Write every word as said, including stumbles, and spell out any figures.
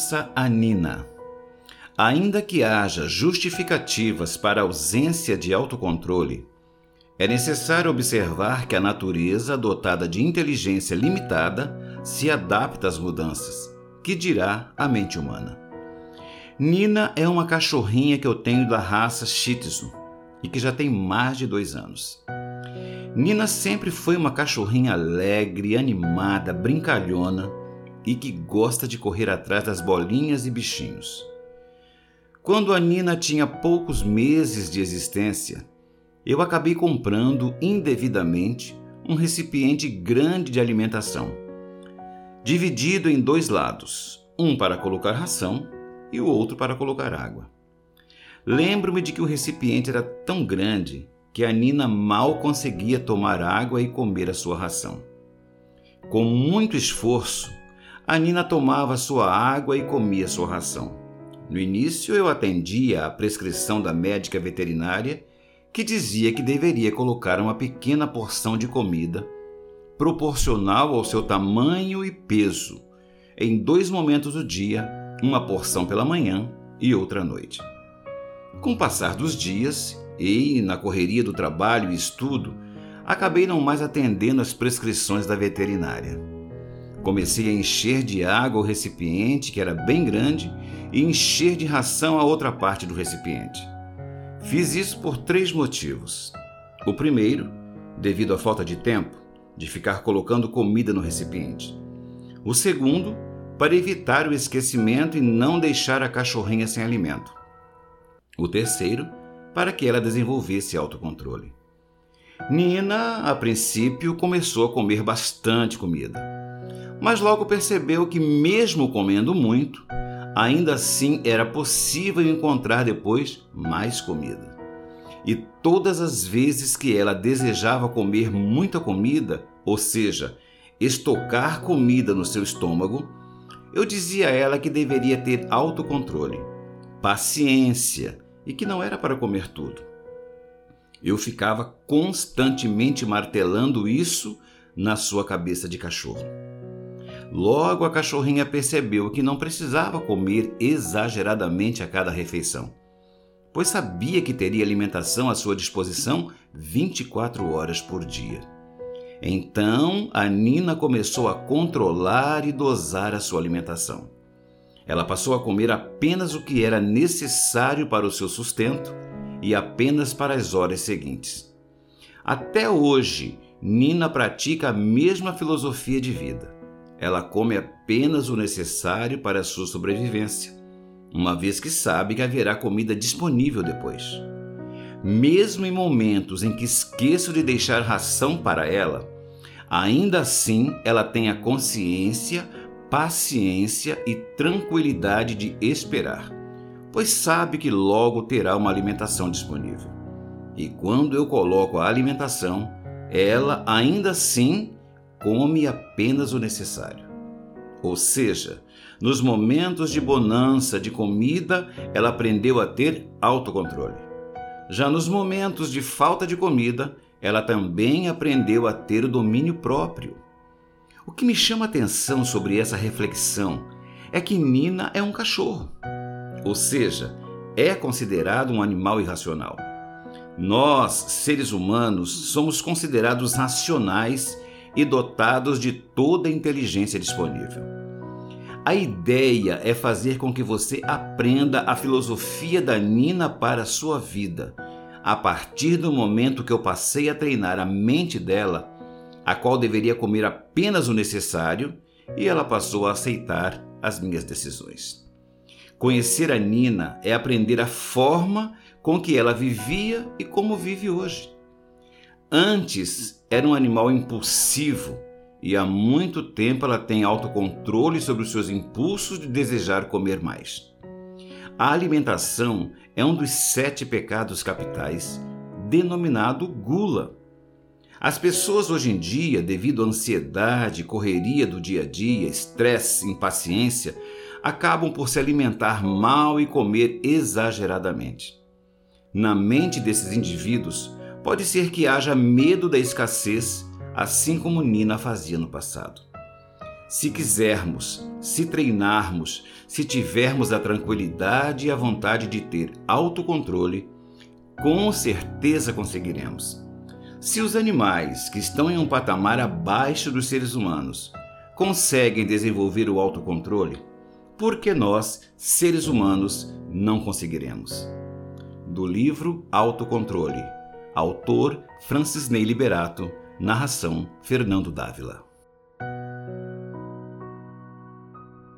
Pensa a Nina. Ainda que haja justificativas para a ausência de autocontrole, é necessário observar que a natureza, dotada de inteligência limitada, se adapta às mudanças, que dirá a mente humana. Nina é uma cachorrinha que eu tenho da raça Shih Tzu e que já tem mais de dois anos. Nina sempre foi uma cachorrinha alegre, animada, brincalhona e que gosta de correr atrás das bolinhas e bichinhos. Quando a Nina tinha poucos meses de existência, eu acabei comprando indevidamente um recipiente grande de alimentação, dividido em dois lados, um para colocar ração e o outro para colocar água. Lembro-me de que o recipiente era tão grande que a Nina mal conseguia tomar água e comer a sua ração. Com muito esforço, a Nina tomava sua água e comia sua ração. No início, eu atendia à prescrição da médica veterinária, que dizia que deveria colocar uma pequena porção de comida, proporcional ao seu tamanho e peso, em dois momentos do dia, uma porção pela manhã e outra à noite. Com o passar dos dias, e na correria do trabalho e estudo, acabei não mais atendendo às prescrições da veterinária. Comecei a encher de água o recipiente, que era bem grande, e encher de ração a outra parte do recipiente. Fiz isso por três motivos. O primeiro, devido à falta de tempo, de ficar colocando comida no recipiente. O segundo, para evitar o esquecimento e não deixar a cachorrinha sem alimento. O terceiro, para que ela desenvolvesse autocontrole. Nina, a princípio, começou a comer bastante comida, mas logo percebeu que, mesmo comendo muito, ainda assim era possível encontrar depois mais comida. E todas as vezes que ela desejava comer muita comida, ou seja, estocar comida no seu estômago, eu dizia a ela que deveria ter autocontrole, paciência e que não era para comer tudo. Eu ficava constantemente martelando isso na sua cabeça de cachorro. Logo, a cachorrinha percebeu que não precisava comer exageradamente a cada refeição, pois sabia que teria alimentação à sua disposição vinte e quatro horas por dia. Então, a Nina começou a controlar e dosar a sua alimentação. Ela passou a comer apenas o que era necessário para o seu sustento e apenas para as horas seguintes. Até hoje, Nina pratica a mesma filosofia de vida. Ela come apenas o necessário para a sua sobrevivência, uma vez que sabe que haverá comida disponível depois. Mesmo em momentos em que esqueço de deixar ração para ela, ainda assim ela tem a consciência, paciência e tranquilidade de esperar, pois sabe que logo terá uma alimentação disponível. E quando eu coloco a alimentação, ela ainda assim come apenas o necessário. Ou seja, nos momentos de bonança de comida, ela aprendeu a ter autocontrole. Já nos momentos de falta de comida, ela também aprendeu a ter o domínio próprio. O que me chama a atenção sobre essa reflexão é que Nina é um cachorro, ou seja, é considerado um animal irracional. Nós, seres humanos, somos considerados racionais e dotados de toda a inteligência disponível. A ideia é fazer com que você aprenda a filosofia da Nina para a sua vida, a partir do momento que eu passei a treinar a mente dela, a qual deveria comer apenas o necessário, e ela passou a aceitar as minhas decisões. Conhecer a Nina é aprender a forma com que ela vivia e como vive hoje. Antes, era um animal impulsivo e há muito tempo ela tem autocontrole sobre os seus impulsos de desejar comer mais. A alimentação é um dos sete pecados capitais, denominado gula. As pessoas hoje em dia, devido à ansiedade, correria do dia a dia, estresse, impaciência, acabam por se alimentar mal e comer exageradamente. Na mente desses indivíduos, pode ser que haja medo da escassez, assim como Nina fazia no passado. Se quisermos, se treinarmos, se tivermos a tranquilidade e a vontade de ter autocontrole, com certeza conseguiremos. Se os animais que estão em um patamar abaixo dos seres humanos conseguem desenvolver o autocontrole, por que nós, seres humanos, não conseguiremos? Do livro Autocontrole. Autor Francisney Liberato. Narração Fernando Dávila.